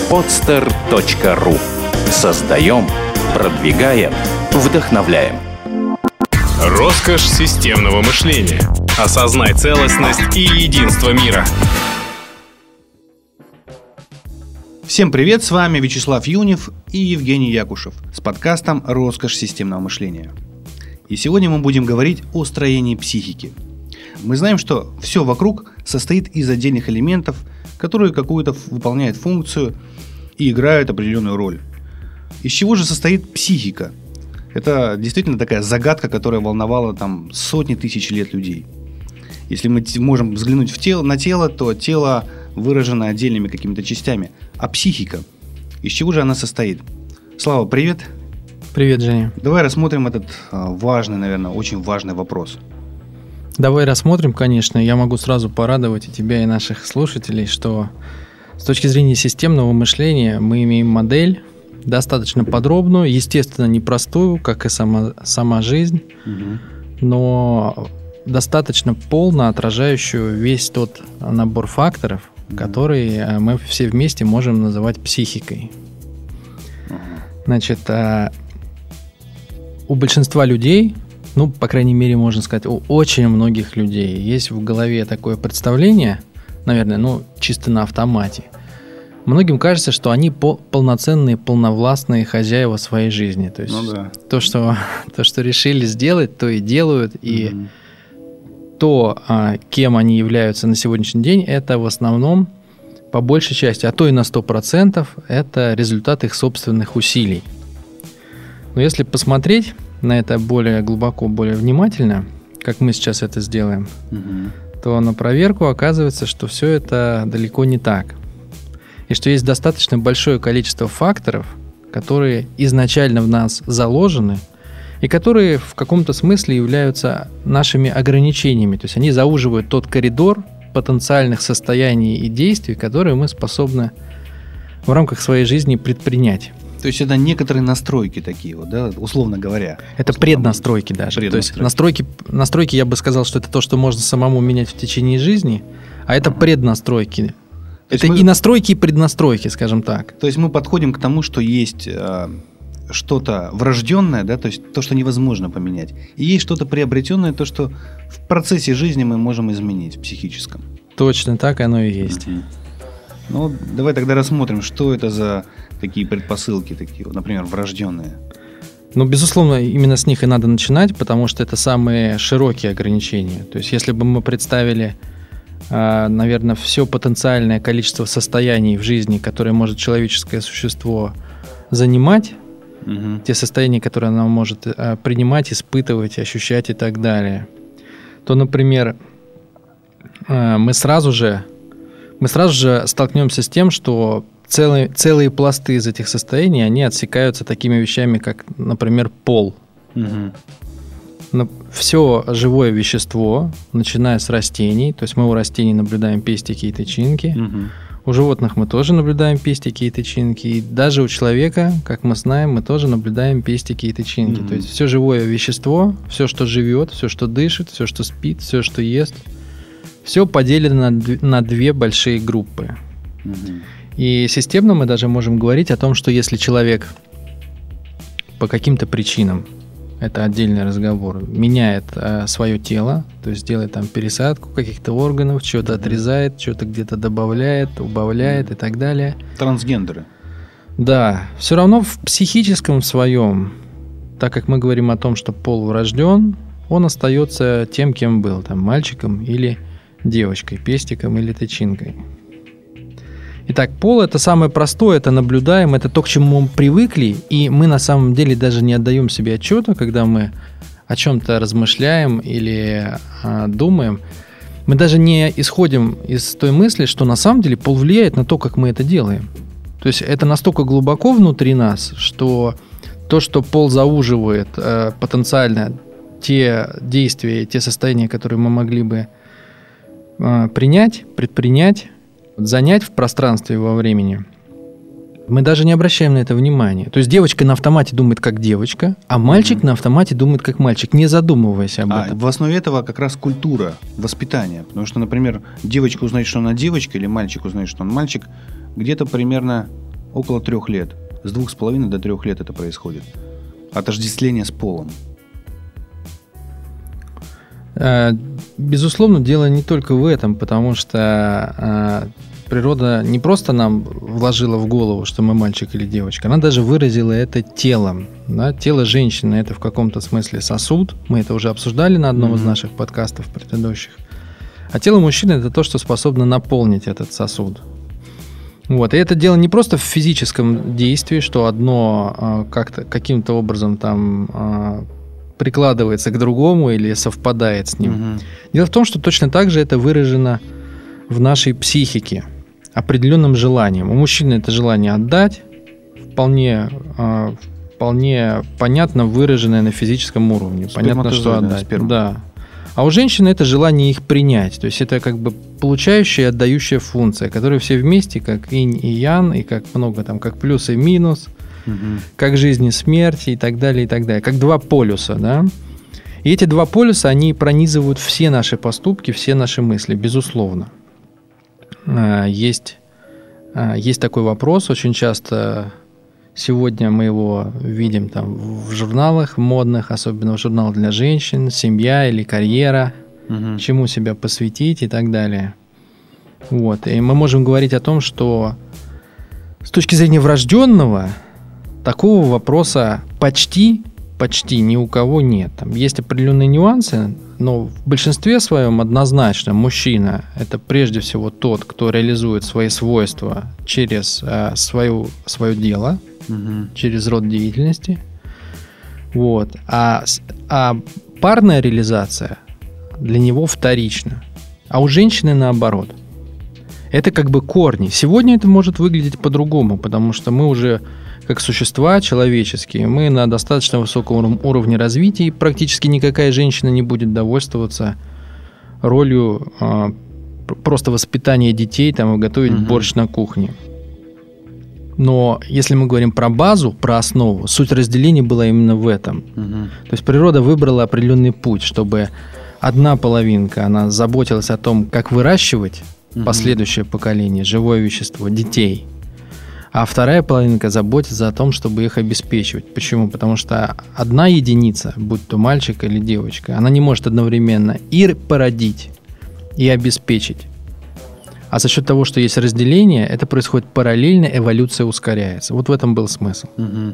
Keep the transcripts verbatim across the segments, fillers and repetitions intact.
подстер точка ру. Создаем, продвигаем, вдохновляем. Роскошь системного мышления. Осознай целостность и единство мира. Всем привет, с вами Вячеслав Юнев и Евгений Якушев с подкастом «Роскошь системного мышления». И сегодня мы будем говорить о строении психики. Мы знаем, что все вокруг состоит из отдельных элементов, которые какую-то выполняют функцию и играют определенную роль. Из чего же состоит психика? Это действительно такая загадка, которая волновала там сотни тысяч лет людей. Если мы можем взглянуть в тело, на тело, то тело выражено отдельными какими-то частями. А психика? Из чего же она состоит? Слава, привет. Привет, Женя. Давай рассмотрим этот важный, наверное, очень важный вопрос. Давай рассмотрим, конечно. Я могу сразу порадовать и тебя, и наших слушателей, что с точки зрения системного мышления мы имеем модель достаточно подробную, естественно, непростую, как и сама, сама жизнь, угу. но достаточно полно отражающую весь тот набор факторов, угу. который мы все вместе можем называть психикой. Угу. Значит, у большинства людей, ну, по крайней мере, можно сказать, у очень многих людей есть в голове такое представление, наверное, ну, чисто на автомате. Многим кажется, что они полноценные, полновластные хозяева своей жизни. То есть ну, да. то, что, то, что решили сделать, то и делают. И mm-hmm. то, кем они являются на сегодняшний день, это в основном, по большей части, а то и на сто процентов, это результат их собственных усилий. Но если посмотреть на это более глубоко, более внимательно, как мы сейчас это сделаем, угу. то на проверку оказывается, что все это далеко не так. И что есть достаточно большое количество факторов, которые изначально в нас заложены, и которые в каком-то смысле являются нашими ограничениями. То есть они зауживают тот коридор потенциальных состояний и действий, которые мы способны в рамках своей жизни предпринять. То есть это некоторые настройки такие, вот, да, условно говоря. Это преднастройки даже. Преднастройки. То есть настройки, настройки, я бы сказал, что это то, что можно самому менять в течение жизни, а это преднастройки. То это мы... и настройки, и преднастройки, скажем так. То есть мы подходим к тому, что есть э, что-то врожденное, да, то есть то, что невозможно поменять, и есть что-то приобретенное, то, что в процессе жизни мы можем изменить в психическом. Точно так оно и есть. Mm-hmm. Ну, давай тогда рассмотрим, что это за такие предпосылки, такие, например, врожденные. Ну, безусловно, именно с них и надо начинать, потому что это самые широкие ограничения. То есть, если бы мы представили, наверное, все потенциальное количество состояний в жизни, которые может человеческое существо занимать, угу. те состояния, которые оно может принимать, испытывать, ощущать и так далее, то, например, мы сразу же мы сразу же столкнемся с тем, что целые, целые пласты из этих состояний, они отсекаются такими вещами, как, например, пол. Угу. Все живое вещество, начиная с растений, то есть мы у растений наблюдаем пестики и тычинки, угу. у животных мы тоже наблюдаем пестики и тычинки, и даже у человека, как мы знаем, мы тоже наблюдаем пестики и тычинки. Угу. То есть все живое вещество, все, что живет, все, что дышит, все, что спит, все, что ест, все поделено на, на две большие группы. Угу. И системно мы даже можем говорить о том, что если человек по каким-то причинам, это отдельный разговор, меняет э, свое тело, то есть делает там пересадку каких-то органов, что-то угу. отрезает, что-то где-то добавляет, убавляет угу. и так далее. Трансгендеры. Да, все равно в психическом своем, так как мы говорим о том, что пол врожден, он остается тем, кем был, там, мальчиком или девочкой, пестиком или тычинкой. Итак, пол – это самое простое, это наблюдаем, это то, к чему мы привыкли, и мы на самом деле даже не отдаем себе отчета, когда мы о чем-то размышляем или а, думаем. Мы даже не исходим из той мысли, что на самом деле пол влияет на то, как мы это делаем. То есть это настолько глубоко внутри нас, что то, что пол зауживает а, потенциально те действия, те состояния, которые мы могли бы принять, предпринять, занять в пространстве и во времени, мы даже не обращаем на это внимания. То есть девочка на автомате думает как девочка, а мальчик mm-hmm. на автомате думает как мальчик, не задумываясь об а, этом. В основе этого как раз культура, воспитание. Потому что, например, девочка узнает, что она девочка, или мальчик узнает, что он мальчик, где-то примерно около трех лет. С двух с половиной до трех лет это происходит. Отождествление с полом. Безусловно, дело не только в этом, потому что природа не просто нам вложила в голову, что мы мальчик или девочка, она даже выразила это телом. Да? Тело женщины – это в каком-то смысле сосуд. Мы это уже обсуждали на одном mm-hmm. из наших подкастов предыдущих. А тело мужчины – это то, что способно наполнить этот сосуд. Вот. И это дело не просто в физическом действии, что одно как-то, каким-то образом там прикладывается к другому или совпадает с ним. Mm-hmm. Дело в том, что точно так же это выражено в нашей психике определенным желанием. У мужчины это желание отдать, вполне, э, вполне понятно выраженное на физическом уровне. Понятно, что отдать. Да. А у женщины это желание их принять. То есть это как бы получающая и отдающая функция, которые все вместе, как инь и ян, и как много там, как плюс и минус, угу. как жизнь и смерть и так далее, и так далее. Как два полюса, да. И эти два полюса, они пронизывают все наши поступки, все наши мысли, безусловно. Есть, есть такой вопрос, очень часто сегодня мы его видим там в журналах модных, особенно в журналах для женщин, семья или карьера, угу. чему себя посвятить и так далее. Вот. И мы можем говорить о том, что с точки зрения врожденного такого вопроса почти Почти ни у кого нет. Там есть определенные нюансы, но в большинстве своем однозначно мужчина – это прежде всего тот, кто реализует свои свойства через э, свою, свое дело, угу. через род деятельности. Вот. А, а парная реализация для него вторична. А у женщины наоборот. Это как бы корни. Сегодня это может выглядеть по-другому, потому что мы уже как существа человеческие, мы на достаточно высоком уровне развития, и практически никакая женщина не будет довольствоваться ролью э, просто воспитания детей, там, и готовить угу. борщ на кухне. Но если мы говорим про базу, про основу, суть разделения была именно в этом. Угу. То есть природа выбрала определенный путь, чтобы одна половинка, она заботилась о том, как выращивать угу. последующее поколение, живое вещество, детей. А вторая половинка заботится о том, чтобы их обеспечивать. Почему? Потому что одна единица, будь то мальчик или девочка, она не может одновременно и породить, и обеспечить. А за счет того, что есть разделение, это происходит параллельно, эволюция ускоряется. Вот в этом был смысл. Угу.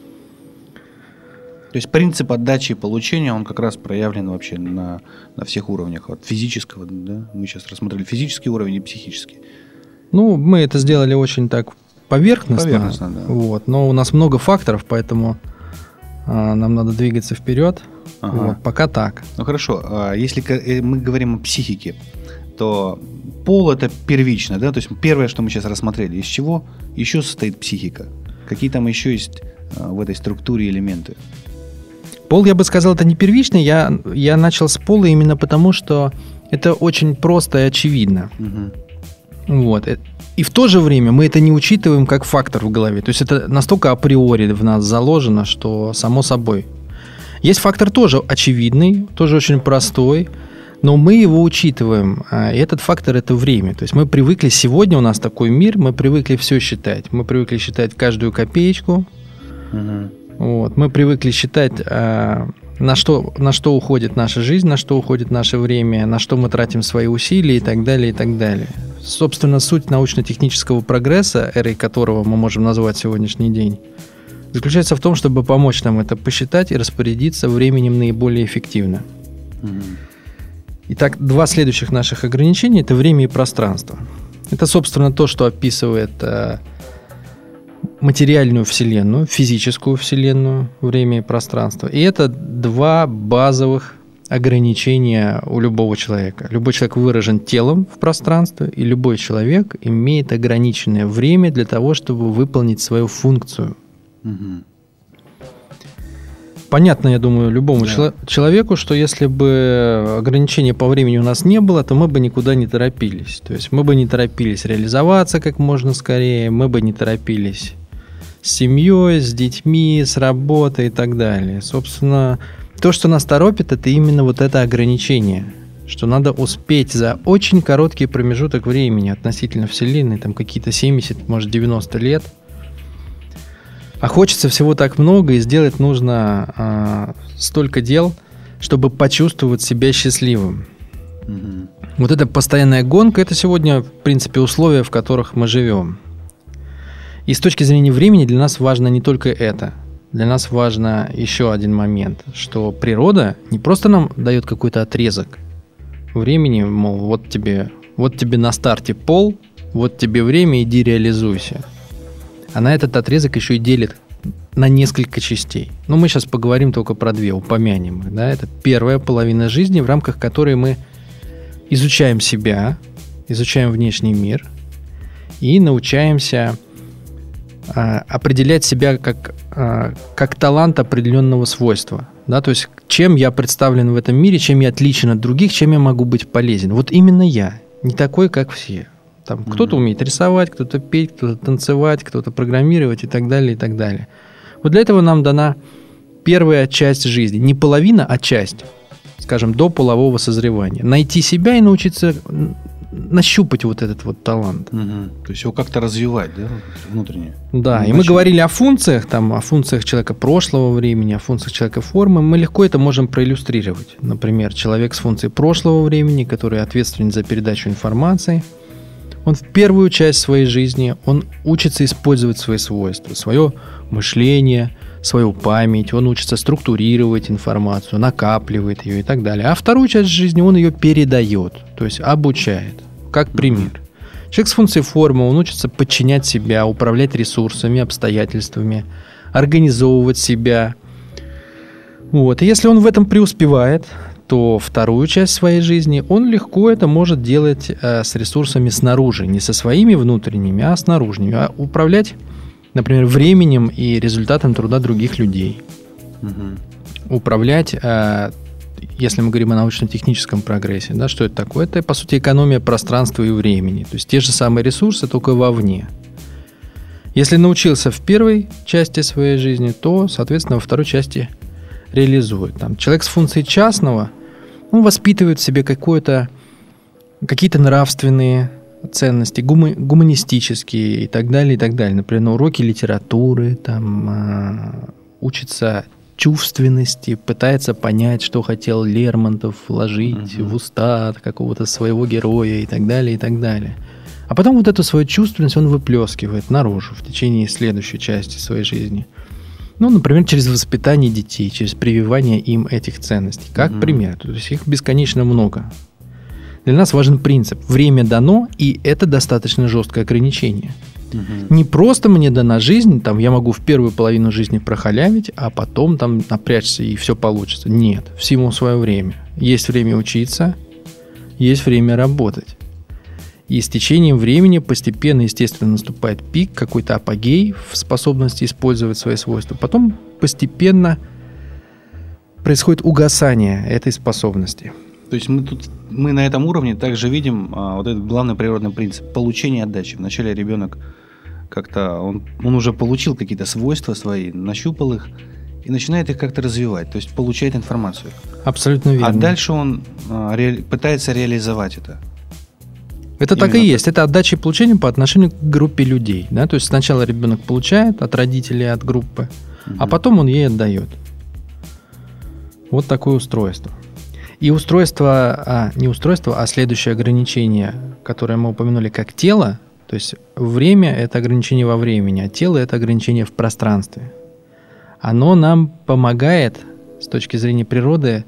То есть принцип отдачи и получения, он как раз проявлен вообще на, на всех уровнях. От физического, да? Мы сейчас рассмотрели физический уровень и психический. Ну, мы это сделали очень так поверхностно, поверхностно да. вот, но у нас много факторов, поэтому а, нам надо двигаться вперед. Ага. Вот, пока так. Ну хорошо, а если мы говорим о психике, то пол это первично, да, то есть первое, что мы сейчас рассмотрели, из чего еще состоит психика? Какие там еще есть а, в этой структуре элементы? Пол, я бы сказал, это не первичный, я, я начал с пола именно потому, что это очень просто и очевидно. Угу. Вот. И в то же время мы это не учитываем как фактор в голове. То есть это настолько априори в нас заложено, что само собой. Есть фактор тоже очевидный, тоже очень простой, но мы его учитываем. И этот фактор – это время. То есть мы привыкли, сегодня у нас такой мир, мы привыкли все считать. Мы привыкли считать каждую копеечку. Угу. Вот. Мы привыкли считать, на что, на что уходит наша жизнь, на что уходит наше время, на что мы тратим свои усилия и так далее, и так далее. Собственно, суть научно-технического прогресса, эрой которого мы можем назвать сегодняшний день, заключается в том, чтобы помочь нам это посчитать и распорядиться временем наиболее эффективно. Mm-hmm. Итак, два следующих наших ограничения – это время и пространство. Это, собственно, то, что описывает э, материальную вселенную, физическую вселенную, время и пространство. И это два базовых ограничения у любого человека. Любой человек выражен телом в пространстве, и любой человек имеет ограниченное время для того, чтобы выполнить свою функцию. Угу. Понятно, я думаю, любому да. чело- человеку, что если бы ограничения по времени у нас не было, то мы бы никуда не торопились. То есть мы бы не торопились реализоваться как можно скорее, мы бы не торопились с семьей, с детьми, с работой и так далее. Собственно, то, что нас торопит, это именно вот это ограничение, что надо успеть за очень короткий промежуток времени относительно Вселенной, там какие-то семьдесят, может, девяносто лет, А хочется всего так много, и сделать нужно а, столько дел, чтобы почувствовать себя счастливым. Угу. Вот эта постоянная гонка – это сегодня, в принципе, условия, в которых мы живем. И с точки зрения времени для нас важно не только это. Для нас важно еще один момент, что природа не просто нам дает какой-то отрезок времени, мол, вот тебе, вот тебе на старте пол, вот тебе время, иди реализуйся. Она этот отрезок еще и делит на несколько частей. Но мы сейчас поговорим только про две, упомянем их. Да? Это первая половина жизни, в рамках которой мы изучаем себя, изучаем внешний мир и научаемся а, определять себя как, а, как талант определенного свойства. Да? То есть, чем я представлен в этом мире, чем я отличен от других, чем я могу быть полезен. Вот именно я, не такой, как все. Там mm-hmm. кто-то умеет рисовать, кто-то петь, кто-то танцевать, кто-то программировать и так далее, и так далее. Вот для этого нам дана первая часть жизни. Не половина, а часть, скажем, до полового созревания. Найти себя и научиться нащупать вот этот вот талант. Угу. То есть его как-то развивать, да, внутренне? Да, ну, и мы говорили о функциях, там, о функциях человека прошлого времени, о функциях человека формы. Мы легко это можем проиллюстрировать. Например, человек с функцией прошлого времени, который ответственен за передачу информации, он в первую часть своей жизни, он учится использовать свои свойства, свое мышление, свою память, он учится структурировать информацию, накапливает ее и так далее. А вторую часть жизни он ее передает, то есть обучает, как пример. Человек с функцией формы, он учится подчинять себя, управлять ресурсами, обстоятельствами, организовывать себя. Вот. И если он в этом преуспевает, то вторую часть своей жизни он легко это может делать э, с ресурсами снаружи, не со своими внутренними, а с наружными, а управлять, например, временем и результатом труда других людей. Угу. Управлять, э, если мы говорим о научно-техническом прогрессе, да, что это такое? Это, по сути, экономия пространства и времени. То есть те же самые ресурсы, только вовне. Если научился в первой части своей жизни, то, соответственно, во второй части реализует. Там, человек с функцией частного, он воспитывает в себе какое-то, какие-то нравственные ценности, гума, гуманистические и так далее, и так далее. Например, на уроке литературы, там, э, учится чувственности, пытается понять, что хотел Лермонтов вложить uh-huh. в уста какого-то своего героя и так далее, и так далее. А потом вот эту свою чувственность он выплескивает наружу в течение следующей части своей жизни. Ну, например, через воспитание детей, через прививание им этих ценностей. Как mm-hmm. пример. То есть их бесконечно много. Для нас важен принцип. Время дано, и это достаточно жесткое ограничение. Mm-hmm. Не просто мне дана жизнь, там я могу в первую половину жизни прохалявить, а потом там напрячься, и все получится. Нет, всему свое время. Есть время учиться, есть время работать. И с течением времени постепенно, естественно, наступает пик, какой-то апогей в способности использовать свои свойства. Потом постепенно происходит угасание этой способности. То есть мы тут мы на этом уровне также видим а, вот этот главный природный принцип получения и отдачи. Вначале ребенок как-то он, он уже получил какие-то свойства свои, нащупал их и начинает их как-то развивать, то есть получает информацию. Абсолютно верно. А дальше он а, ре, пытается реализовать это. Это Именно так и есть. Так. Это отдача и получение по отношению к группе людей. Да? То есть сначала ребенок получает от родителей, от группы, угу. а потом он ей отдает. Вот такое устройство. И устройство, а, не устройство, а следующее ограничение, которое мы упомянули как тело, то есть время – это ограничение во времени, а тело – это ограничение в пространстве. Оно нам помогает с точки зрения природы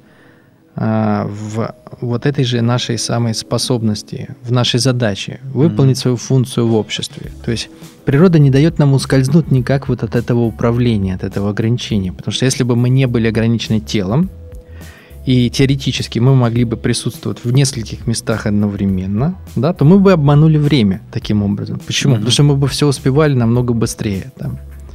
в вот этой же нашей самой способности, в нашей задаче выполнить mm-hmm. свою функцию в обществе. То есть природа не дает нам ускользнуть никак вот от этого управления, от этого ограничения. Потому что если бы мы не были ограничены телом, и теоретически мы могли бы присутствовать в нескольких местах одновременно, да, то мы бы обманули время таким образом. Почему? Mm-hmm. Потому что мы бы все успевали намного быстрее. Там.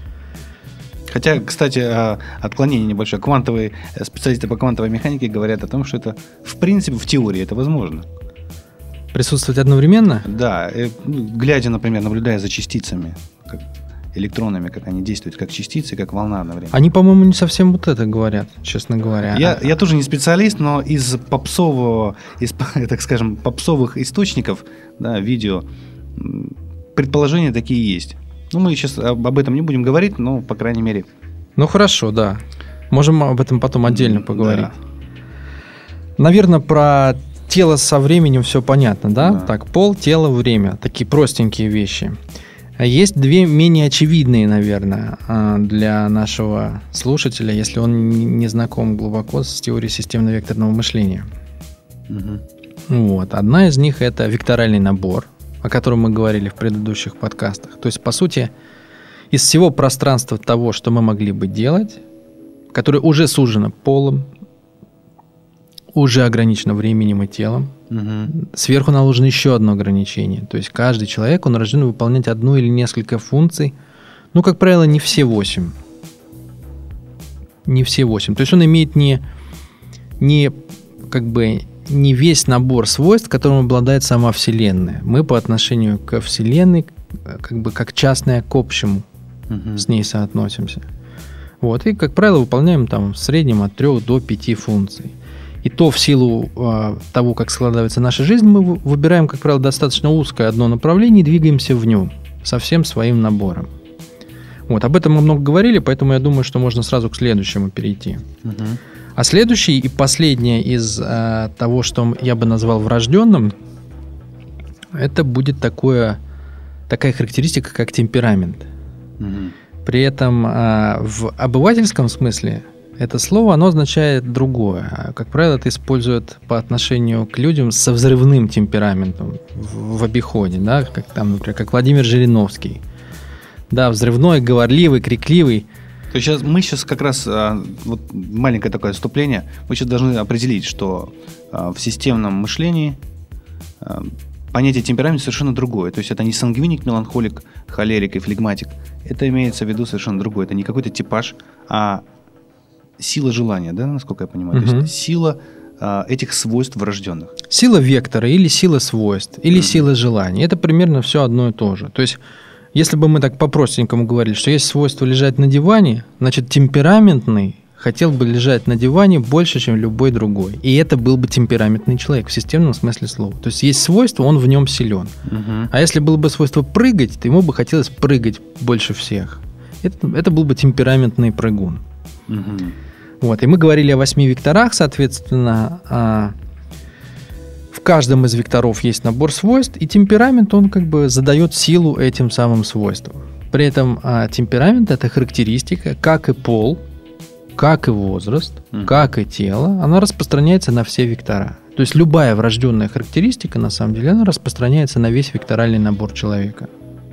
Хотя, кстати, отклонение небольшое. Квантовые специалисты по квантовой механике говорят о том, что это, в принципе, в теории это возможно. Присутствовать одновременно? Да. Глядя, например, наблюдая за частицами, как электронами, как они действуют, как частицы, как волна одновременно. Они, по-моему, не совсем вот это говорят, честно говоря. Я, я тоже не специалист, но из попсового, из, так скажем, попсовых источников, да, видео, предположения такие есть. Ну, мы сейчас об, об этом не будем говорить, но, по крайней мере... Ну, хорошо, да. Можем об этом потом отдельно поговорить. Да. Наверное, про тело со временем все понятно, да? Да. Так, пол, тело, время. Такие простенькие вещи. Есть две менее очевидные, наверное, для нашего слушателя, если он не знаком глубоко с теорией системно-векторного мышления. Угу. Вот. Одна из них – это векторальный набор, о котором мы говорили в предыдущих подкастах. То есть, по сути, из всего пространства того, что мы могли бы делать, которое уже сужено полом, уже ограничено временем и телом, угу. Сверху наложено еще одно ограничение. То есть, каждый человек, он рожден выполнять одну или несколько функций. Ну, как правило, не все восемь. Не все восемь. То есть, он имеет не, не как бы... не весь набор свойств, которым обладает сама Вселенная. Мы по отношению к Вселенной как бы как частное к общему угу. с ней соотносимся. Вот, и, как правило, выполняем там в среднем от трех до пяти функций. И то в силу э, того, как складывается наша жизнь, мы выбираем, как правило, достаточно узкое одно направление и двигаемся в нем со всем своим набором. Вот, об этом мы много говорили, поэтому я думаю, что можно сразу к следующему перейти. Угу. А следующий и последнее из э, того, что я бы назвал врожденным, это будет такое, такая характеристика, как темперамент. Mm-hmm. При этом э, в обывательском смысле это слово, оно означает другое. Как правило, это используют по отношению к людям со взрывным темпераментом в, в обиходе, да? Как там, например, как Владимир Жириновский. Да, взрывной, говорливый, крикливый. То есть сейчас, мы сейчас как раз, вот маленькое такое отступление, мы сейчас должны определить, что в системном мышлении понятие темперамент совершенно другое. То есть это не сангвиник, меланхолик, холерик и флегматик. Это имеется в виду совершенно другое. Это не какой-то типаж, а сила желания, да, насколько я понимаю. Угу. То есть сила этих свойств врожденных. Сила вектора или сила свойств, или угу. сила желания. Это примерно все одно и то же. То есть если бы мы так по-простенькому говорили, что есть свойство лежать на диване, значит, темпераментный хотел бы лежать на диване больше, чем любой другой. И это был бы темпераментный человек в системном смысле слова. То есть есть свойство, он в нем силен. Угу. А если было бы свойство прыгать, то ему бы хотелось прыгать больше всех. Это, это был бы темпераментный прыгун. Угу. Вот. И мы говорили о восьми векторах, соответственно, а в каждом из векторов есть набор свойств, и темперамент, он как бы задает силу этим самым свойствам. При этом а, темперамент – это характеристика, как и пол, как и возраст, mm. как и тело, она распространяется на все вектора. То есть любая врожденная характеристика, на самом деле, она распространяется на весь векторальный набор человека.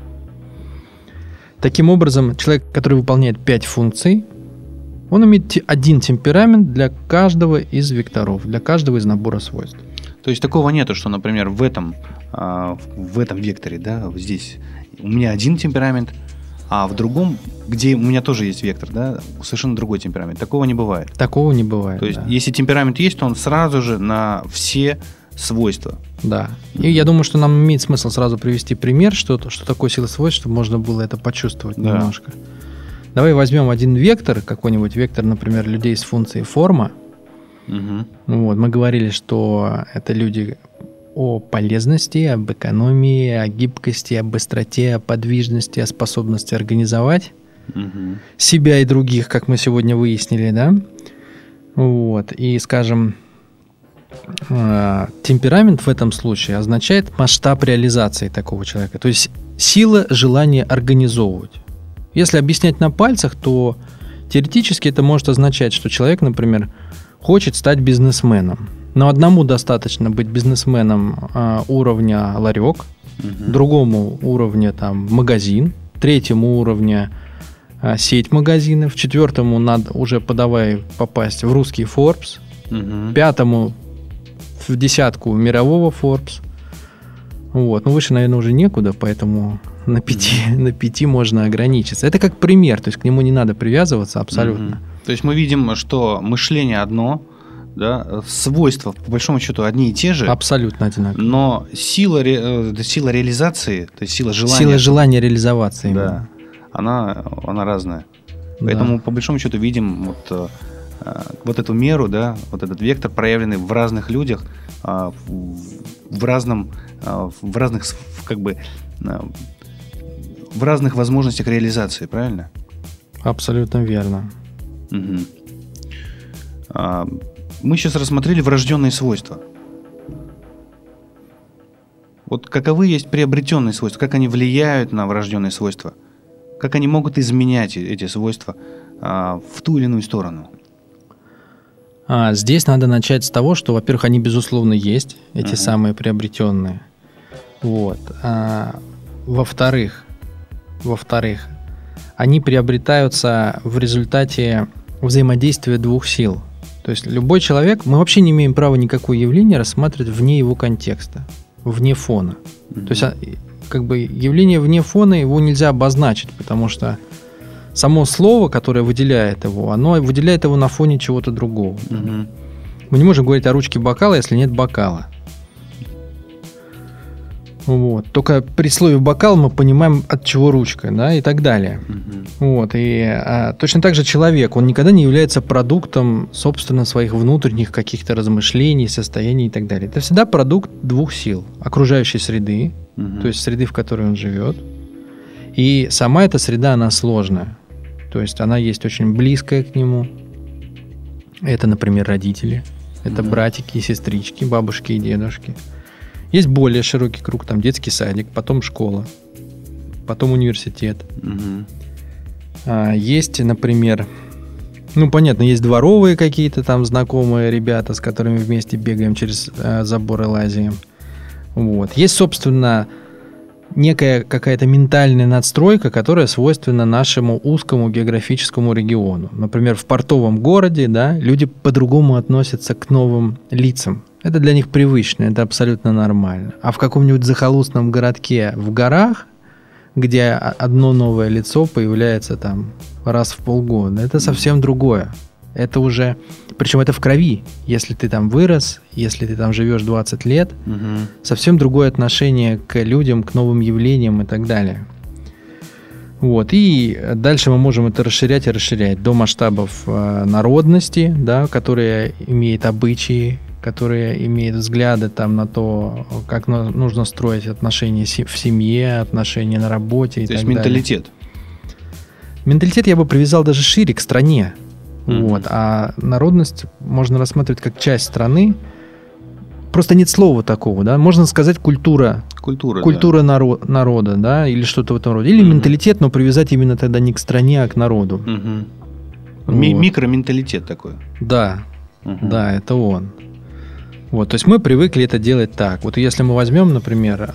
Таким образом, человек, который выполняет пять функций, он имеет один темперамент для каждого из векторов, для каждого из набора свойств. То есть такого нету, что, например, в этом, в этом векторе, да, вот здесь у меня один темперамент, а в другом, где у меня тоже есть вектор, да, совершенно другой темперамент. Такого не бывает. Такого не бывает. То есть, да. если темперамент есть, то он сразу же на все свойства. Да. И я думаю, что нам имеет смысл сразу привести пример, что, что такое сила свойств, чтобы можно было это почувствовать да. немножко. Давай возьмем один вектор, какой-нибудь вектор, например, людей с функцией форма. Угу. Вот, мы говорили, что это люди о полезности, об экономии, о гибкости, о быстроте, о подвижности, о способности организовать угу. себя и других, как мы сегодня выяснили, да? Вот, и, скажем, э, темперамент в этом случае означает масштаб реализации такого человека, то есть сила желания организовывать. Если объяснять на пальцах, то теоретически это может означать, что человек, например, хочет стать бизнесменом. Но одному достаточно быть бизнесменом э, уровня ларек, угу. другому уровня там, магазин, третьему уровня э, сеть магазинов, четвертому надо уже подавай попасть в русский Forbes, угу. пятому в десятку мирового Forbes. Вот. Ну, выше, наверное, уже некуда, поэтому на пяти, mm-hmm. на пяти можно ограничиться. Это как пример, то есть к нему не надо привязываться абсолютно. Mm-hmm. То есть мы видим, что мышление одно, да, свойства, по большому счету, одни и те же. Абсолютно одинаковые. Но сила, сила реализации, то есть сила желания... Сила желания реализоваться. Именно. Да, она, она разная. Да. Поэтому, по большому счету, видим вот, вот эту меру, да, вот этот вектор, проявленный в разных людях, в разном, в разных, как бы, в разных возможностях реализации, правильно? Абсолютно верно. Угу. А, мы сейчас рассмотрели врожденные свойства. Вот каковы есть приобретенные свойства, как они влияют на врожденные свойства, как они могут изменять эти свойства а, в ту или иную сторону? А, здесь надо начать с того, что, во-первых, они, безусловно, есть, эти uh-huh. самые приобретенные. Вот. А, во-вторых, во-вторых, они приобретаются в результате взаимодействия двух сил. То есть любой человек, мы вообще не имеем права никакое явление рассматривать вне его контекста, вне фона. Uh-huh. То есть как бы явление вне фона его нельзя обозначить, потому что само слово, которое выделяет его, оно выделяет его на фоне чего-то другого. Угу. Мы не можем говорить о ручке бокала, если нет бокала. Вот. Только при слове бокал мы понимаем, от чего ручка, да, и так далее. Угу. Вот. И а, точно так же человек, он никогда не является продуктом, собственно, своих внутренних каких-то размышлений, состояний и так далее. Это всегда продукт двух сил. Окружающей среды, угу. то есть среды, в которой он живет. И сама эта среда, она сложная. То есть она есть очень близкая к нему. Это, например, родители. Это mm-hmm. братики и сестрички, бабушки и дедушки. Есть более широкий круг, там детский садик, потом школа, потом университет. Mm-hmm. А, есть, например, ну, понятно, есть дворовые какие-то там знакомые ребята, с которыми вместе бегаем через а, заборы, лазаем. Вот. Есть, собственно, некая какая-то ментальная надстройка, которая свойственна нашему узкому географическому региону. Например, в портовом городе, да, люди по-другому относятся к новым лицам. Это для них привычно, это абсолютно нормально. А в каком-нибудь захолустном городке в горах, где одно новое лицо появляется там раз в полгода, это совсем другое. Это уже, причем это в крови. Если ты там вырос, если ты там живешь двадцать лет, угу. совсем другое отношение к людям, к новым явлениям и так далее. Вот. И дальше мы можем это расширять и расширять до масштабов э, народности, да, которая имеет обычаи, которая имеет взгляды там, на то, как нужно строить отношения в семье, отношения на работе и то так далее. То есть менталитет? Менталитет я бы привязал даже шире, к стране. Mm-hmm. Вот. А народность можно рассматривать как часть страны. Просто нет слова такого, да. Можно сказать культура, культура, культура да. наро- народа, да, или что-то в этом роде. Или mm-hmm. менталитет, но привязать именно тогда не к стране, а к народу. Mm-hmm. Вот. Ми- микроменталитет такой. Да, mm-hmm. да, это он. Вот, то есть мы привыкли это делать так. Вот если мы возьмем, например,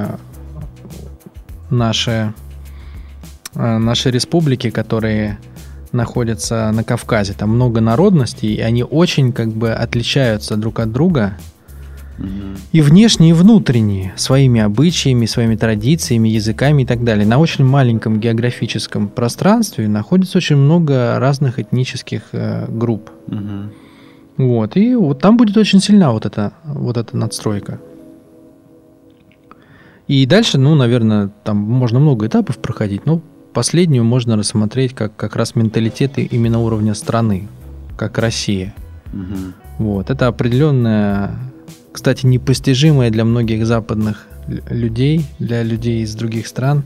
наши, наши республики, которые находятся на Кавказе, там много народностей, и они очень как бы отличаются друг от друга, mm-hmm. и внешне, и внутренне, своими обычаями, своими традициями, языками и так далее. На очень маленьком географическом пространстве находится очень много разных этнических э, групп. Mm-hmm. Вот, и вот там будет очень сильна вот эта, вот эта надстройка. И дальше, ну, наверное, там можно много этапов проходить, но последнюю можно рассмотреть как как раз менталитеты именно уровня страны, как Россия. Угу. Вот. Это определенная, кстати, непостижимая для многих западных людей, для людей из других стран,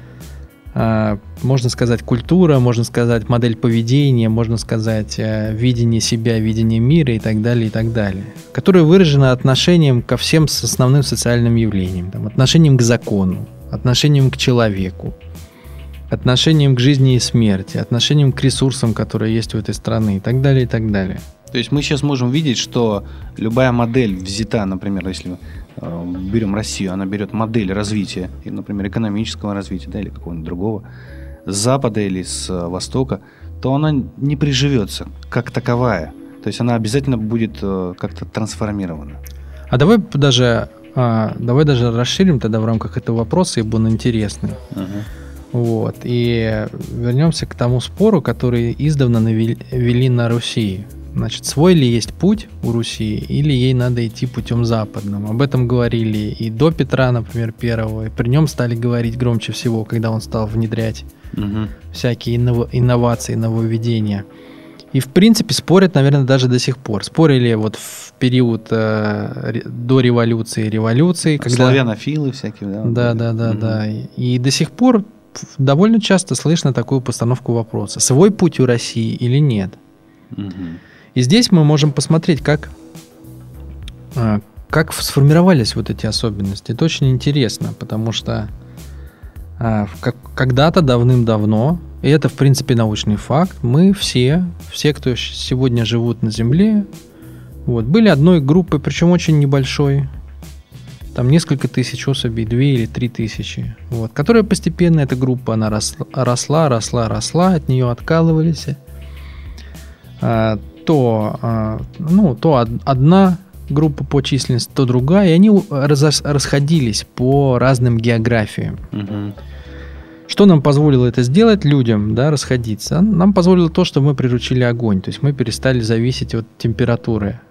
можно сказать, культура, можно сказать, модель поведения, можно сказать, видение себя, видение мира и так далее, и так далее, которая выражена отношением ко всем основным социальным явлениям, там, отношением к закону, отношением к человеку, отношением к жизни и смерти, отношением к ресурсам, которые есть у этой страны и так далее, и так далее. То есть мы сейчас можем видеть, что любая модель взята, например, если мы э, берем Россию, она берет модель развития, например, экономического развития, да, или какого-нибудь другого, с Запада или с Востока, то она не приживется как таковая. То есть она обязательно будет э, как-то трансформирована. А давай даже, а, давай даже расширим тогда в рамках этого вопроса, ибо он интересный. Uh-huh. Вот. И вернемся к тому спору, который издавна вели на Руси. Значит, свой ли есть путь у Руси, или ей надо идти путем западным? Об этом говорили и до Петра, например, первого, и при нем стали говорить громче всего, когда он стал внедрять угу. всякие иннов... инновации, нововведения. И, в принципе, спорят, наверное, даже до сих пор. Спорили вот в период э, до революции и революции. Когда... Славянофилы всякие, да? Да, да, да, угу. да. И, и до сих пор довольно часто слышно такую постановку вопроса. Свой путь у России или нет? Угу. И здесь мы можем посмотреть, как, как сформировались вот эти особенности. Это очень интересно, потому что как, когда-то давным-давно, и это, в принципе, научный факт, мы все, все, кто сегодня живут на Земле, вот, были одной группой, причем очень небольшой, там несколько тысяч особей, две или три тысячи, вот, которая постепенно, эта группа, она росла, росла, росла, росла, от нее откалывались, а, то, а, ну, то одна группа по численности, то другая, и они раз, расходились по разным географиям. Угу. Что нам позволило это сделать людям, да, расходиться? Нам позволило то, что мы приручили огонь, то есть мы перестали зависеть от температуры,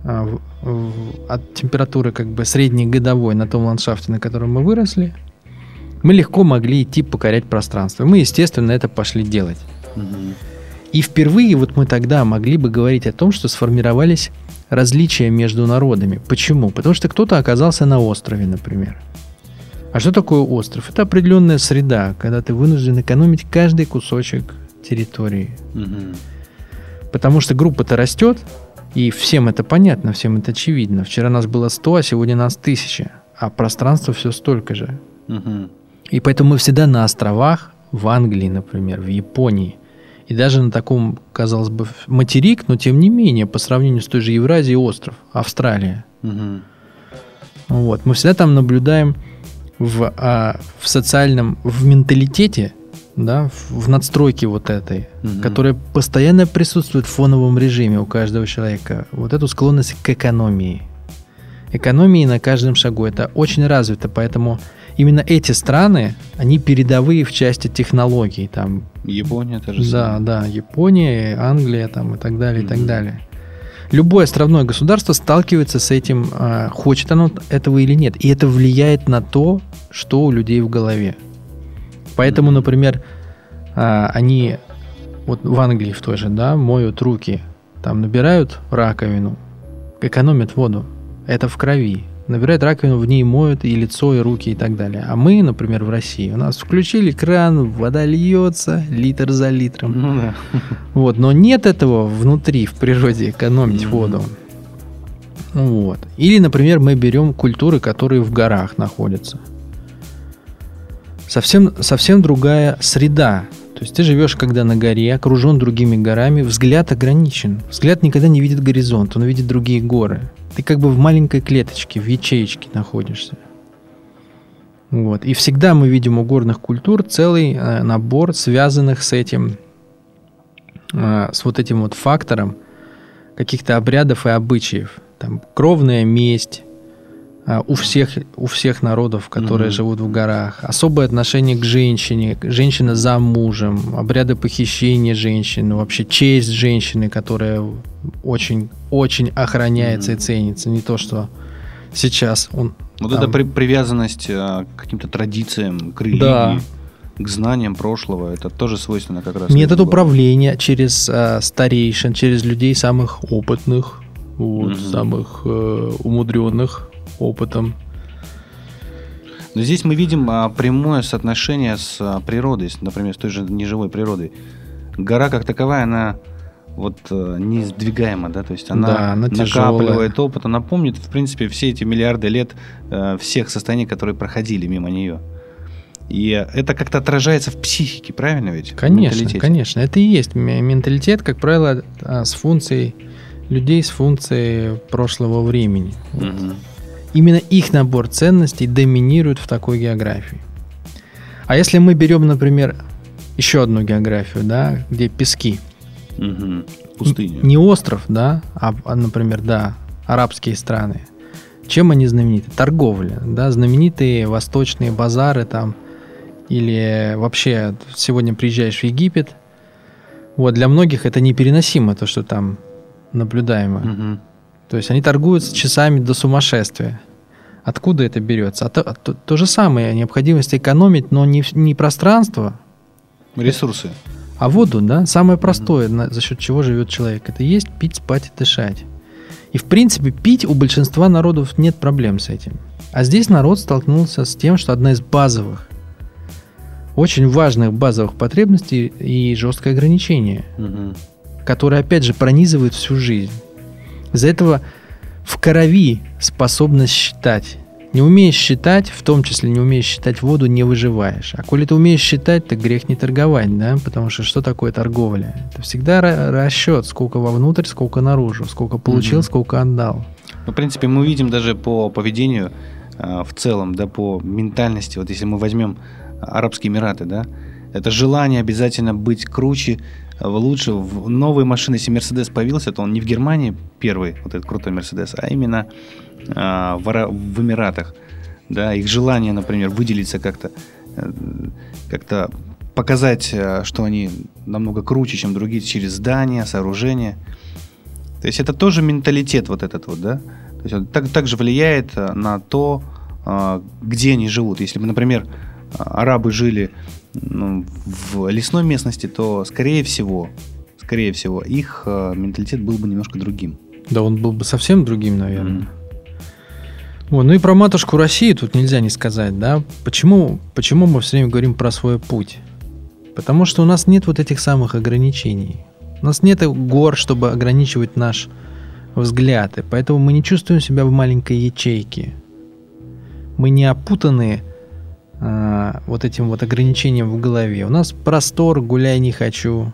от температуры как бы средней годовой на том ландшафте, на котором мы выросли. Мы легко могли идти покорять пространство. Мы, естественно, это пошли делать. Угу. И впервые вот мы тогда могли бы говорить о том, что сформировались различия между народами. Почему? Потому что кто-то оказался на острове, например. А что такое остров? Это определенная среда, когда ты вынужден экономить каждый кусочек территории. Угу. Потому что группа-то растет, и всем это понятно, всем это очевидно. Вчера нас было сто, а сегодня нас тысяча, а пространство все столько же. Угу. И поэтому мы всегда на островах, в Англии, например, в Японии. И даже на таком, казалось бы, материк, но тем не менее, по сравнению с той же Евразией, остров, Австралия. Угу. Вот. Мы всегда там наблюдаем в, а, в социальном, в менталитете, да, в, в надстройке вот этой, угу. которая постоянно присутствует в фоновом режиме у каждого человека, вот эту склонность к экономии. Экономии на каждом шагу. Это очень развито, поэтому именно эти страны, они передовые в части технологий. Там, Япония тоже. Да, да, Япония, Англия там, и так далее, mm-hmm. и так далее. Любое островное государство сталкивается с этим, хочет оно этого или нет. И это влияет на то, что у людей в голове. Поэтому, mm-hmm. например, они вот в Англии в той же, да, моют руки, там набирают раковину, экономят воду. Это в крови. Набирают раковину, в ней моют и лицо, и руки, и так далее. А мы, например, в России, у нас включили кран, вода льется, литр за литром. Ну, да. Вот. Но нет этого внутри, в природе, экономить mm-hmm. воду. Вот. Или, например, мы берем культуры, которые в горах находятся. Совсем, совсем другая среда. То есть ты живешь, когда на горе, окружен другими горами, взгляд ограничен. Взгляд никогда не видит горизонт, он видит другие горы. Ты как бы в маленькой клеточке, в ячеечке находишься. Вот. И всегда мы видим у горных культур целый э, набор связанных с этим, э, с вот этим вот фактором каких-то обрядов и обычаев. Там кровная месть э, у всех, у всех народов, которые mm-hmm. живут в горах. Особое отношение к женщине, женщина за мужем, обряды похищения женщины, вообще честь женщины, которая очень, очень охраняется mm-hmm. и ценится. Не то, что сейчас он... Вот там... эта при- привязанность а, к каким-то традициям, к религии, да. к знаниям прошлого, это тоже свойственно как раз... Метод управления через а, старейшин, через людей самых опытных, вот, mm-hmm. самых э, умудренных опытом. Но здесь мы видим а, прямое соотношение с а, природой, например, с той же неживой природой. Гора как таковая, она вот а, не сдвигаема, да, то есть она, да, она накапливает тяжелая. Опыт, она помнит, в принципе, все эти миллиарды лет а, всех состояний, которые проходили мимо нее. И это как-то отражается в психике, правильно ведь? Конечно, конечно. Это и есть менталитет, как правило, с функцией людей, с функцией прошлого времени. Угу. Вот. Именно их набор ценностей доминирует в такой географии. А если мы берем, например, еще одну географию, да, где пески. Угу. Пустыня. Не остров, да, а, например, да, арабские страны. Чем они знамениты? Торговля, да, знаменитые восточные базары там, или вообще сегодня приезжаешь в Египет, вот, для многих это непереносимо, то, что там наблюдаемо. Угу. То есть они торгуются часами до сумасшествия. Откуда это берется? А то, то, то же самое, необходимость экономить, но не, не пространство. Ресурсы. А воду, да, самое простое, mm-hmm. на, за счет чего живет человек. Это есть, пить, спать и дышать. И в принципе пить у большинства народов нет проблем с этим. А здесь народ столкнулся с тем, что одна из базовых, очень важных базовых потребностей и жесткое ограничение, Угу. которое, опять же, пронизывает всю жизнь. Из-за этого в крови способность считать. Не умеешь считать, в том числе не умеешь считать воду, не выживаешь. А коли ты умеешь считать, так грех не торговать, да? Потому что что такое торговля? Это всегда ра- расчет, сколько вовнутрь, сколько наружу, сколько получил, Мгм. сколько отдал. Ну, в принципе, мы видим даже по поведению э, в целом, да, по ментальности. Вот если мы возьмем Арабские Эмираты, да, это желание обязательно быть круче, э, лучше. В новые машины, если Мерседес появился, то он не в Германии первый, вот этот крутой Мерседес, а именно э, в, Ара- в Эмиратах. Да, их желание, например, выделиться как-то, э, как-то показать, э, что они намного круче, чем другие, через здания, сооружения. То есть это тоже менталитет вот этот вот, да? То есть он так, также влияет э, на то, э, где они живут. Если бы, например, э, арабы жили ну, в лесной местности, то, скорее всего, скорее всего, их э, менталитет был бы немножко другим. Да он был бы совсем другим, наверное. Мгм. Вот, ну и про матушку Россию тут нельзя не сказать, да? Почему, почему мы все время говорим про свой путь? Потому что у нас нет вот этих самых ограничений. У нас нет гор, чтобы ограничивать наш взгляд, и поэтому мы не чувствуем себя в маленькой ячейке. Мы не опутаны а, вот этим вот ограничением в голове. У нас простор, гуляй не хочу.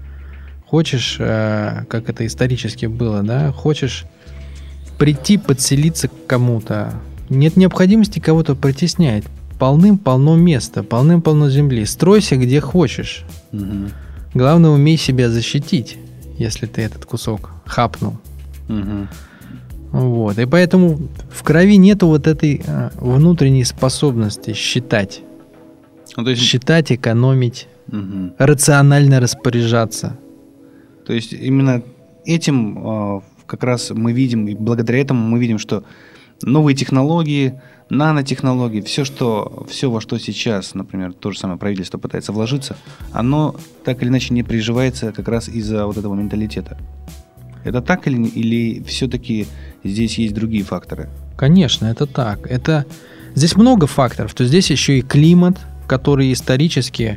Хочешь, а, как это исторически было, да? Хочешь прийти, подселиться к кому-то. Нет необходимости кого-то притеснять. Полным-полно места, полным-полно земли. Стройся где хочешь. Мгм. Главное, умей себя защитить, если ты этот кусок хапнул. Мгм. Вот. И поэтому в крови нету вот этой а, внутренней способности считать. Ну, то есть, Считать, экономить, мгм. рационально распоряжаться. То есть именно этим э, как раз мы видим, и благодаря этому мы видим, что новые технологии, нанотехнологии, все, что, все, во что сейчас, например, то же самое правительство пытается вложиться, оно так или иначе не приживается как раз из-за вот этого менталитета. Это так или, или все-таки здесь есть другие факторы? Конечно, это так. Это... Здесь много факторов. То здесь еще и климат, который исторически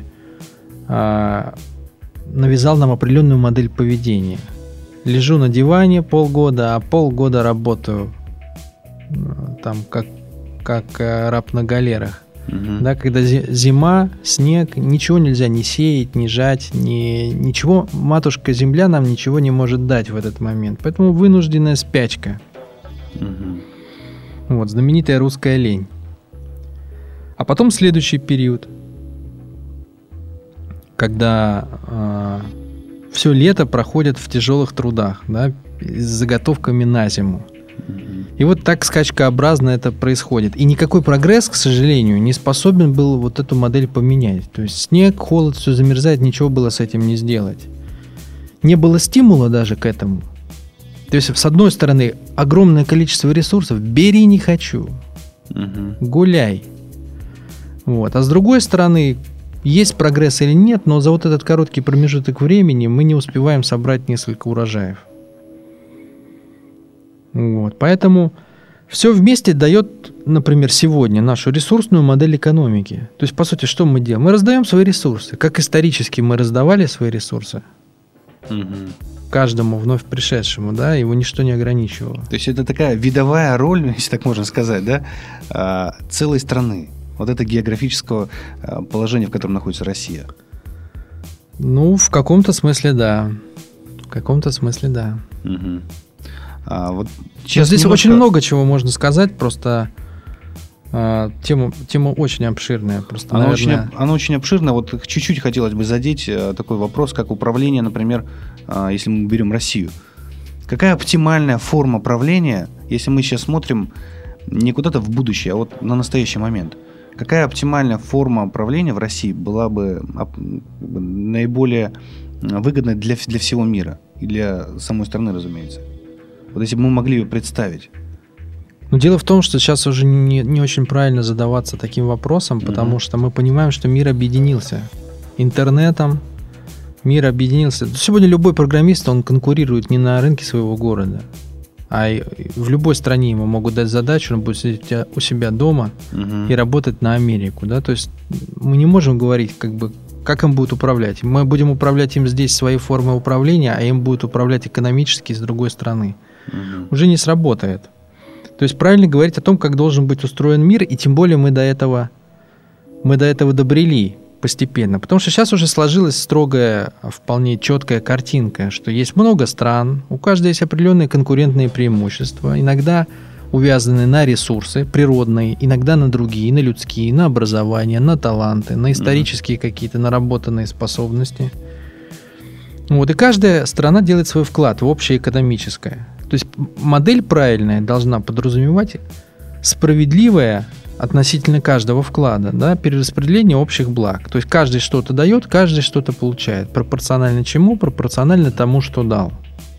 а, навязал нам определенную модель поведения. Лежу на диване полгода, а полгода работаю м, там как, как э, раб на галерах. Мгм. Да, когда зи- зима, снег, ничего нельзя ни сеять, ни жать, ни, ничего, матушка земля нам ничего не может дать в этот момент. Поэтому вынужденная спячка. Мгм. Вот, знаменитая русская лень. А потом следующий период, когда э, все лето проходит в тяжелых трудах, да, с заготовками на зиму. Мгм. И вот так скачкообразно это происходит. И никакой прогресс, к сожалению, не способен был вот эту модель поменять. То есть снег, холод, все замерзает, ничего было с этим не сделать. Не было стимула даже к этому. То есть, с одной стороны, огромное количество ресурсов, бери не хочу, Мгм. гуляй. Вот. А с другой стороны, есть прогресс или нет, но за вот этот короткий промежуток времени мы не успеваем собрать несколько урожаев. Вот. Поэтому все вместе дает, например, сегодня нашу ресурсную модель экономики. То есть, по сути, что мы делаем? Мы раздаем свои ресурсы. Как исторически мы раздавали свои ресурсы Мгм. каждому вновь пришедшему, да, его ничто не ограничивало. То есть это такая видовая роль, если так можно сказать, да, а, целой страны. Вот это географического а, положения, в котором находится Россия. Ну, в каком-то смысле, да. В каком-то смысле, да. Мгм. А, вот Но сейчас здесь немножко- очень много чего можно сказать, просто а, тема, тема очень обширная. Просто, Она очень, наверное, об- она очень обширна. Вот чуть-чуть хотелось бы задеть э, такой вопрос, как управление, например, э, если мы берем Россию. Какая оптимальная форма правления, если мы сейчас смотрим не куда-то в будущее, а вот на настоящий момент? Какая оптимальная форма правления в России была бы оп- как бы наиболее э, выгодной для, вс- для всего мира и для самой страны, разумеется? Вот если бы мы могли ее представить. Но дело в том, что сейчас уже не, не очень правильно задаваться таким вопросом, потому Мгм. что мы понимаем, что мир объединился интернетом, мир объединился. Сегодня любой программист, он конкурирует не на рынке своего города, А в любой стране ему могут дать задачу, он будет сидеть у себя дома Мгм. и работать на Америку, да, то есть мы не можем говорить, как бы, как им будет управлять. Мы будем управлять им здесь своей формой управления, а им будет управлять экономически с другой стороны. Мгм. Уже не сработает. То есть правильно говорить о том, как должен быть устроен мир, и тем более мы до этого, мы до этого добрели постепенно. Потому что сейчас уже сложилась строгая, вполне четкая картинка, что есть много стран, у каждой есть определенные конкурентные преимущества, иногда увязаны на ресурсы природные, иногда на другие, на людские, на образование, на таланты, на исторические какие-то наработанные способности. Вот, и каждая страна делает свой вклад в общее экономическое. То есть модель правильная должна подразумевать справедливое относительно каждого вклада, да, перераспределение общих благ. То есть каждый что-то дает, каждый что-то получает. Пропорционально чему? Пропорционально тому, что дал.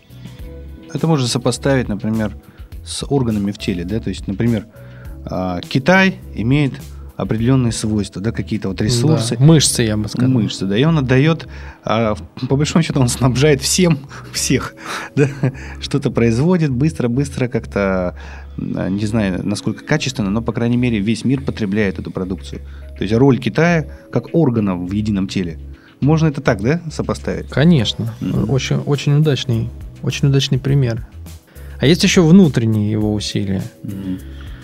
Это можно сопоставить, например, с органами в теле, да, то есть, например, а, Китай имеет определенные свойства, да, какие-то вот ресурсы, Да, мышцы, я бы сказал. мышцы, да, и он отдает, а, по большому счету, он снабжает всем, всех, да, что-то производит быстро-быстро как-то, а, не знаю, насколько качественно, но, по крайней мере, весь мир потребляет эту продукцию. То есть роль Китая как органа в едином теле. Можно это так, да, сопоставить? Конечно. Мгм. Очень, очень удачный, очень удачный пример. А есть еще внутренние его усилия. Мгм.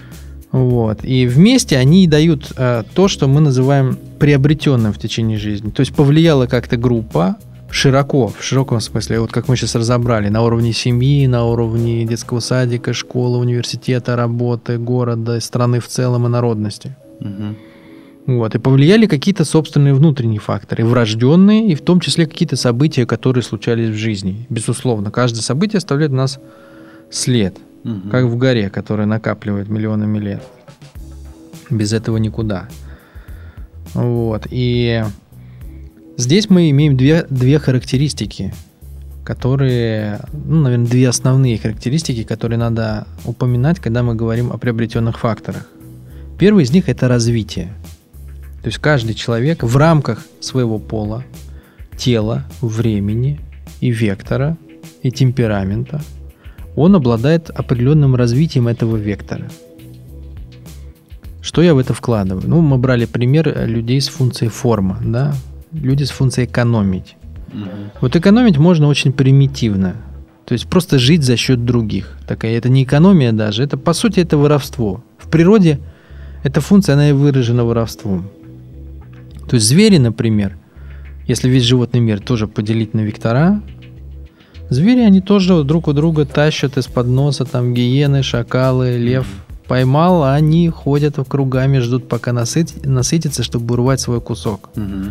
Вот. И вместе они дают э, то, что мы называем приобретенным в течение жизни. То есть повлияла как-то группа широко, в широком смысле, вот как мы сейчас разобрали, на уровне семьи, на уровне детского садика, школы, университета, работы, города, страны в целом и народности. Мгм. Вот. И повлияли какие-то собственные внутренние факторы, врожденные, и в том числе какие-то события, которые случались в жизни. Безусловно, каждое событие оставляет у нас след, Мгм. как в горе, которая накапливает миллионами лет. Без этого никуда. Вот. И здесь мы имеем две, две характеристики, которые, ну, наверное, две основные характеристики, которые надо упоминать, когда мы говорим о приобретенных факторах. Первый из них – это развитие. То есть каждый человек в рамках своего пола, тела, времени и вектора, и темперамента, он обладает определенным развитием этого вектора. Что я в это вкладываю? Ну, мы брали пример людей с функцией форма, да? Люди с функцией экономить. Мгм. Вот экономить можно очень примитивно. То есть просто жить за счет других. Такая, это не экономия даже, это по сути это воровство. В природе эта функция, она и выражена воровством. То есть звери, например, если весь животный мир тоже поделить на вектора, звери, они тоже друг у друга тащат из-под носа, там гиены, шакалы, лев. Поймал, а они ходят кругами, ждут, пока насыт- насытятся, чтобы урвать свой кусок. Мгм.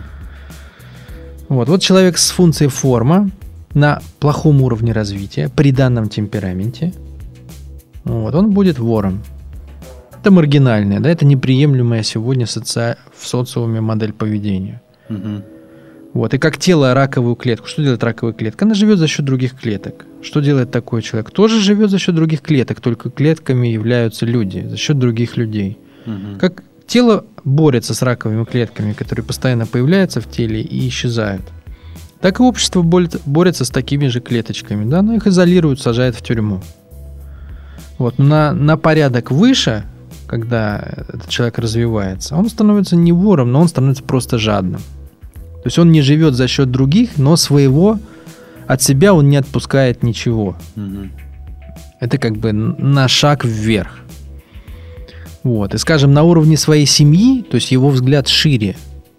Вот. вот человек с функцией форма на плохом уровне развития, при данном темпераменте, вот, он будет вором. Это маргинальная, да, это неприемлемая сегодня соци... в социуме модель поведения. Мгм. Вот. И как тело раковую клетку. Что делает раковая клетка? Она живет за счет других клеток. Что делает такой человек? Тоже живет за счет других клеток, только клетками являются люди, за счет других людей. Мгм. Как тело борется с раковыми клетками, которые постоянно появляются в теле и исчезают, так и общество борет- борется с такими же клеточками. Да? Оно их изолирует, сажает в тюрьму. Вот. На, на порядок выше, когда этот человек развивается, он становится не вором, но он становится просто жадным. То есть он не живет за счет других, но своего от себя он не отпускает ничего. Мгм. Это как бы на шаг вверх. Вот. И, скажем, на уровне своей семьи, то есть его взгляд шире,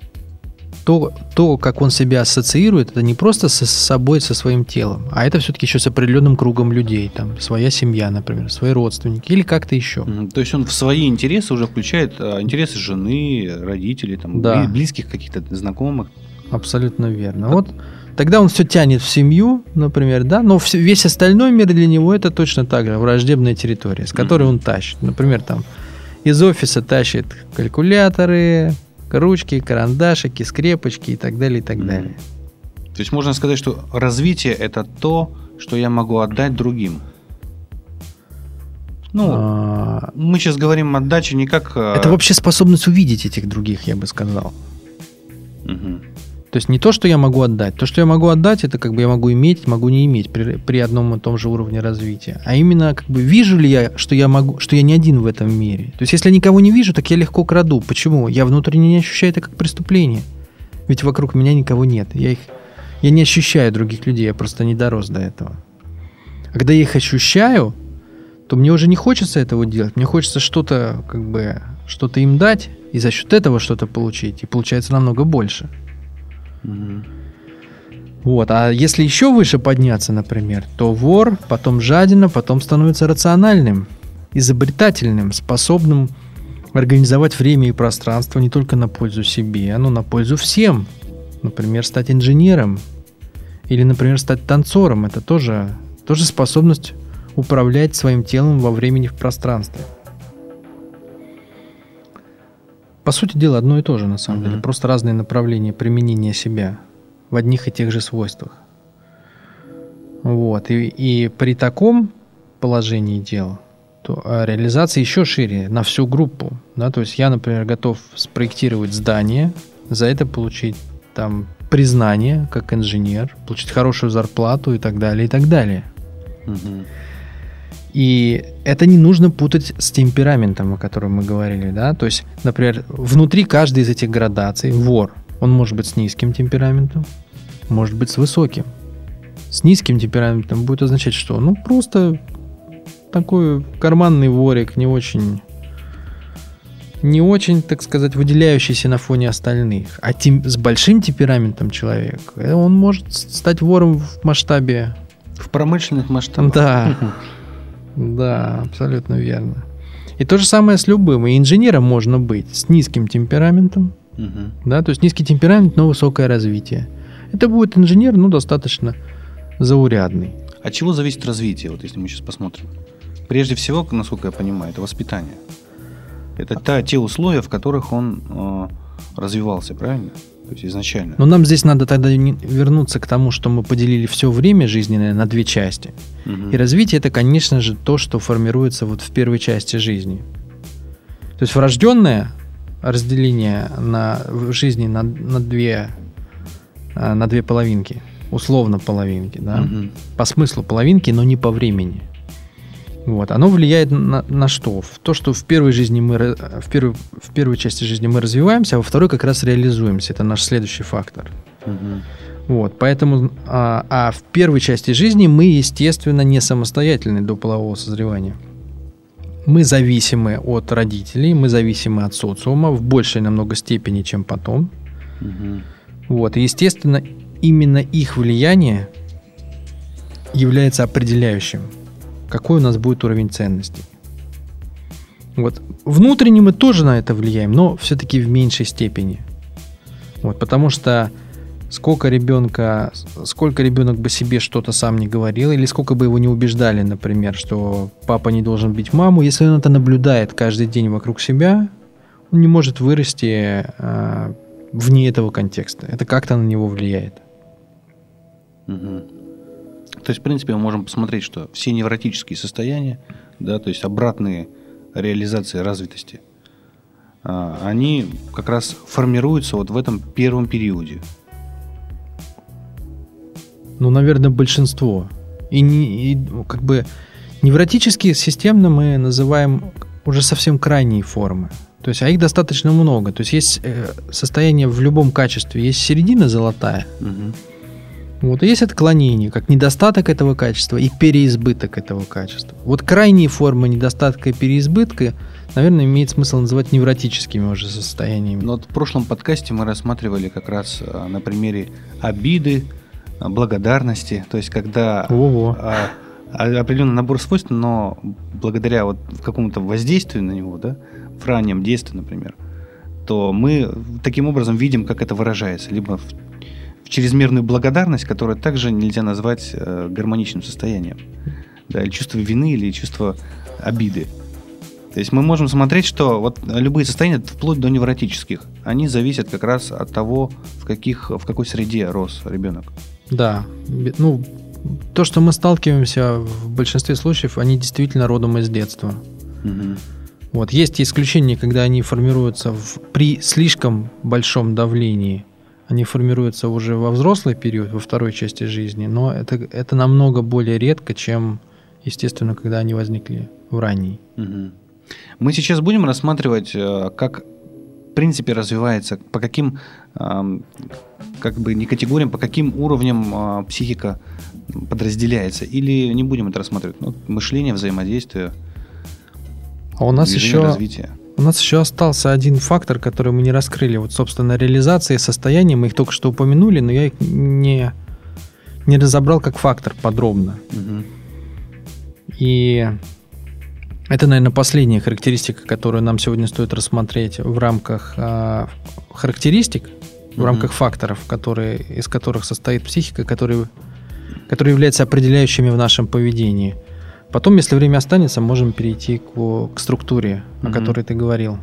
то, то как он себя ассоциирует, это не просто со собой, со своим телом, а это все-таки еще с определенным кругом людей. Там, своя семья, например, свои родственники или как-то еще. Мгм. То есть он в свои интересы уже включает а, интересы жены, родителей, там, Да. бли- близких каких-то знакомых. Абсолютно верно. Вот тогда он все тянет в семью, например, да, но вс- весь остальной мир для него это точно так же враждебная территория, с которой Мгм. он тащит. Например, там из офиса тащит калькуляторы, ручки, карандашики, скрепочки и так далее, и так Мгм. далее. То есть можно сказать, что развитие – это то, что я могу отдать другим. Ну, А, мы сейчас говорим отдаче не как… а, Это вообще способность увидеть этих других, я бы сказал. мгм. То есть не то, что я могу отдать. То, что я могу отдать, это как бы я могу иметь, могу не иметь при, при одном и том же уровне развития. А именно, как бы, вижу ли я, что я могу, что я не один в этом мире. То есть если я никого не вижу, так я легко краду. Почему? Я внутренне не ощущаю это как преступление. Ведь вокруг меня никого нет. Я их, я не ощущаю других людей, я просто не дорос до этого. А когда я их ощущаю, то мне уже не хочется этого делать. Мне хочется что-то, как бы, что-то им дать и за счет этого что-то получить. И получается намного больше. Mm-hmm. Вот. А если еще выше подняться, например, то вор, потом жадина, потом становится рациональным, изобретательным, способным организовать время и пространство не только на пользу себе, но на пользу всем. Например, стать инженером или, например, стать танцором. Это тоже, тоже способность управлять своим телом во времени и в пространстве. По сути дела, одно и то же, на самом mm-hmm. деле. Просто разные направления применения себя в одних и тех же свойствах. Вот. И, и при таком положении дел, то реализация еще шире, на всю группу. Да? То есть я, например, готов спроектировать здание, за это получить там признание как инженер, получить хорошую зарплату и так далее, и так далее. Mm-hmm. И это не нужно путать с темпераментом, о котором мы говорили, да, то есть, например, внутри каждой из этих градаций вор, он может быть с низким темпераментом, может быть с высоким. С низким темпераментом будет означать, что, ну, просто такой карманный ворик, не очень, не очень, так сказать, выделяющийся на фоне остальных. А тем, с большим темпераментом человек, он может стать вором в масштабе. В промышленных масштабах. Да. Да, абсолютно верно. И то же самое с любым. И инженером можно быть с низким темпераментом, uh-huh. да, то есть низкий темперамент, но высокое развитие. Это будет инженер, ну, достаточно заурядный. От чего зависит развитие, вот если мы сейчас посмотрим? Прежде всего, насколько я понимаю, это воспитание. Это та, те условия, в которых он э, развивался, правильно? То есть изначально. Но нам здесь надо тогда вернуться к тому, что мы поделили все время жизненное на две части. Угу. И развитие – это, конечно же, то, что формируется вот в первой части жизни. То есть врожденное разделение на, в жизни на, на, две, на две половинки, условно половинки, да? Угу. По смыслу половинки, но не по времени. Вот. Оно влияет на, на что? В то, что в первой жизни мы в первой, в первой части жизни мы развиваемся, а во второй как раз реализуемся. Это наш следующий фактор. Угу. Вот. Поэтому, а, а в первой части жизни мы, естественно, не самостоятельны до полового созревания. Мы зависимы от родителей, мы зависимы от социума в большей намного степени, чем потом. Угу. Вот. И, естественно, именно их влияние является определяющим, какой у нас будет уровень ценностей. Вот. Внутренне мы тоже на это влияем, но все-таки в меньшей степени. Вот. Потому что сколько ребенка, сколько ребенок бы себе что-то сам не говорил, или сколько бы его не убеждали, например, что папа не должен бить маму, если он это наблюдает каждый день вокруг себя, он не может вырасти э, вне этого контекста. Это как-то на него влияет. Угу. То есть, в принципе, мы можем посмотреть, что все невротические состояния, да, то есть обратные реализации развитости, они как раз формируются вот в этом первом периоде. Ну, наверное, большинство. И, не, и как бы невротические системно мы называем уже совсем крайние формы. То есть, а их достаточно много. То есть, есть состояние в любом качестве. Есть середина золотая. Угу. Вот, и есть отклонение, как недостаток этого качества и переизбыток этого качества. Вот крайние формы недостатка и переизбытка, наверное, имеет смысл называть невротическими уже состояниями. Но вот в прошлом подкасте мы рассматривали как раз на примере обиды, благодарности, то есть когда а, определенный набор свойств, но благодаря вот какому-то воздействию на него, да, в раннем детстве, например, то мы таким образом видим, как это выражается, либо в в чрезмерную благодарность, которую также нельзя назвать э, гармоничным состоянием. Да, или чувство вины, или чувство обиды. То есть мы можем смотреть, что вот любые состояния, вплоть до невротических, они зависят как раз от того, в, каких, в какой среде рос ребенок. Да. Ну, то, что мы сталкиваемся в большинстве случаев, они действительно родом из детства. Угу. Вот. Есть исключения, когда они формируются в, при слишком большом давлении. они формируются уже во взрослый период, во второй части жизни, но это, это намного более редко, чем, естественно, когда они возникли в ранней. Угу. Мы сейчас будем рассматривать, как в принципе развивается, по каким как бы не категориям, по каким уровням психика подразделяется, или не будем это рассматривать? Ну, мышление, взаимодействие, а у нас еще развитие. У нас еще остался один фактор, который мы не раскрыли. Вот, собственно, реализация и состояние, мы их только что упомянули, но я их не, не разобрал как фактор подробно. Угу. И это, наверное, последняя характеристика, которую нам сегодня стоит рассмотреть в рамках а, характеристик, в угу. рамках факторов, которые, из которых состоит психика, которые, которые являются определяющими в нашем поведении. Потом, если время останется, можем перейти к, к структуре, о mm-hmm. которой ты говорил.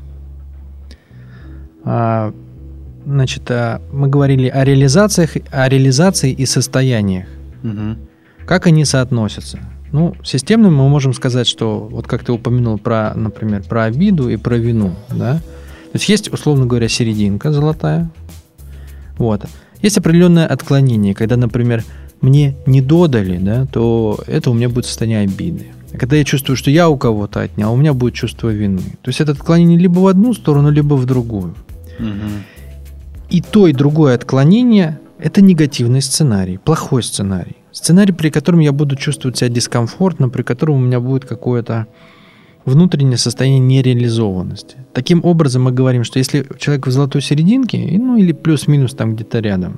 А, значит, а, мы говорили о реализациях, о реализации и состояниях. Mm-hmm. Как они соотносятся? Ну, системно мы можем сказать, что, вот как ты упомянул, про, например, про обиду и про вину. Да? То есть есть, условно говоря, серединка золотая. Вот. Есть определенное отклонение, когда, например, мне не додали, да, то это у меня будет состояние обиды. А когда я чувствую, что я у кого-то отнял, у меня будет чувство вины. То есть это отклонение либо в одну сторону, либо в другую. Угу. И то, и другое отклонение – это негативный сценарий, плохой сценарий. Сценарий, при котором я буду чувствовать себя дискомфортно, при котором у меня будет какое-то внутреннее состояние нереализованности. Таким образом, мы говорим, что если человек в золотой серединке, ну или плюс-минус там где-то рядом,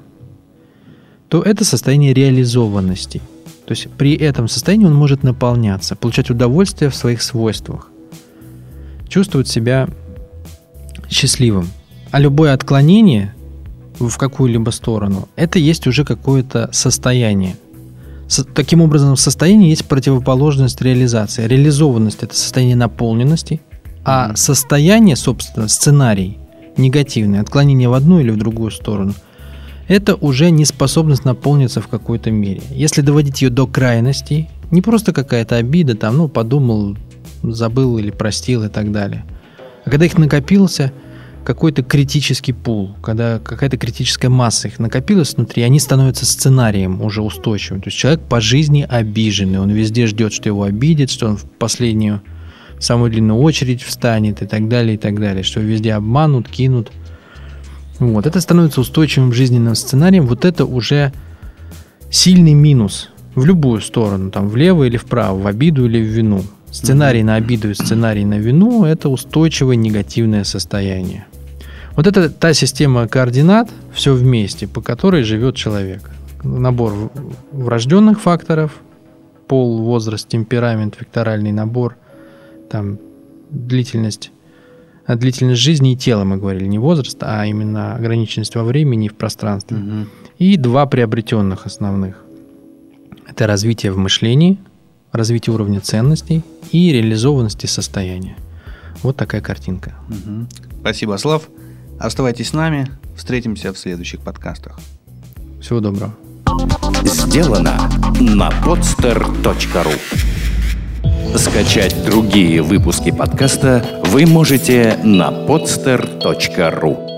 то это состояние реализованности. То есть при этом состоянии он может наполняться, получать удовольствие в своих свойствах, чувствовать себя счастливым. А любое отклонение в какую-либо сторону, это есть уже какое-то состояние. Таким образом, в состоянии есть противоположность реализации. Реализованность – это состояние наполненности, а mm-hmm. состояние, собственно, сценарий негативный, отклонение в одну или в другую сторону, это уже неспособность наполниться в какой-то мере. Если доводить ее до крайностей, не просто какая-то обида, там, ну, подумал, забыл или простил и так далее, а когда их накопился какой-то критический пул, когда какая-то критическая масса их накопилась внутри, они становятся сценарием уже устойчивым. То есть человек по жизни обиженный, он везде ждет, что его обидят, что он в последнюю, в самую длинную очередь встанет и так далее, и так далее, что везде обманут, кинут. Вот. Это становится устойчивым жизненным сценарием. Вот это уже сильный минус в любую сторону, там, влево или вправо, в обиду или в вину. Сценарий на обиду и сценарий на вину – это устойчивое негативное состояние. Вот это та система координат, все вместе, по которой живет человек. Набор врожденных факторов, пол, возраст, темперамент, векторальный набор, там, длительность, длительность жизни и тела, мы говорили, не возраст, а именно ограниченность во времени и в пространстве. Угу. И два приобретенных основных. Это развитие в мышлении, развитие уровня ценностей и реализованности состояния. Вот такая картинка. Угу. Спасибо, Слав. Оставайтесь с нами. Встретимся в следующих подкастах. Всего доброго. Сделано на подстер точка ру. Скачать другие выпуски подкаста вы можете на подстер точка ру.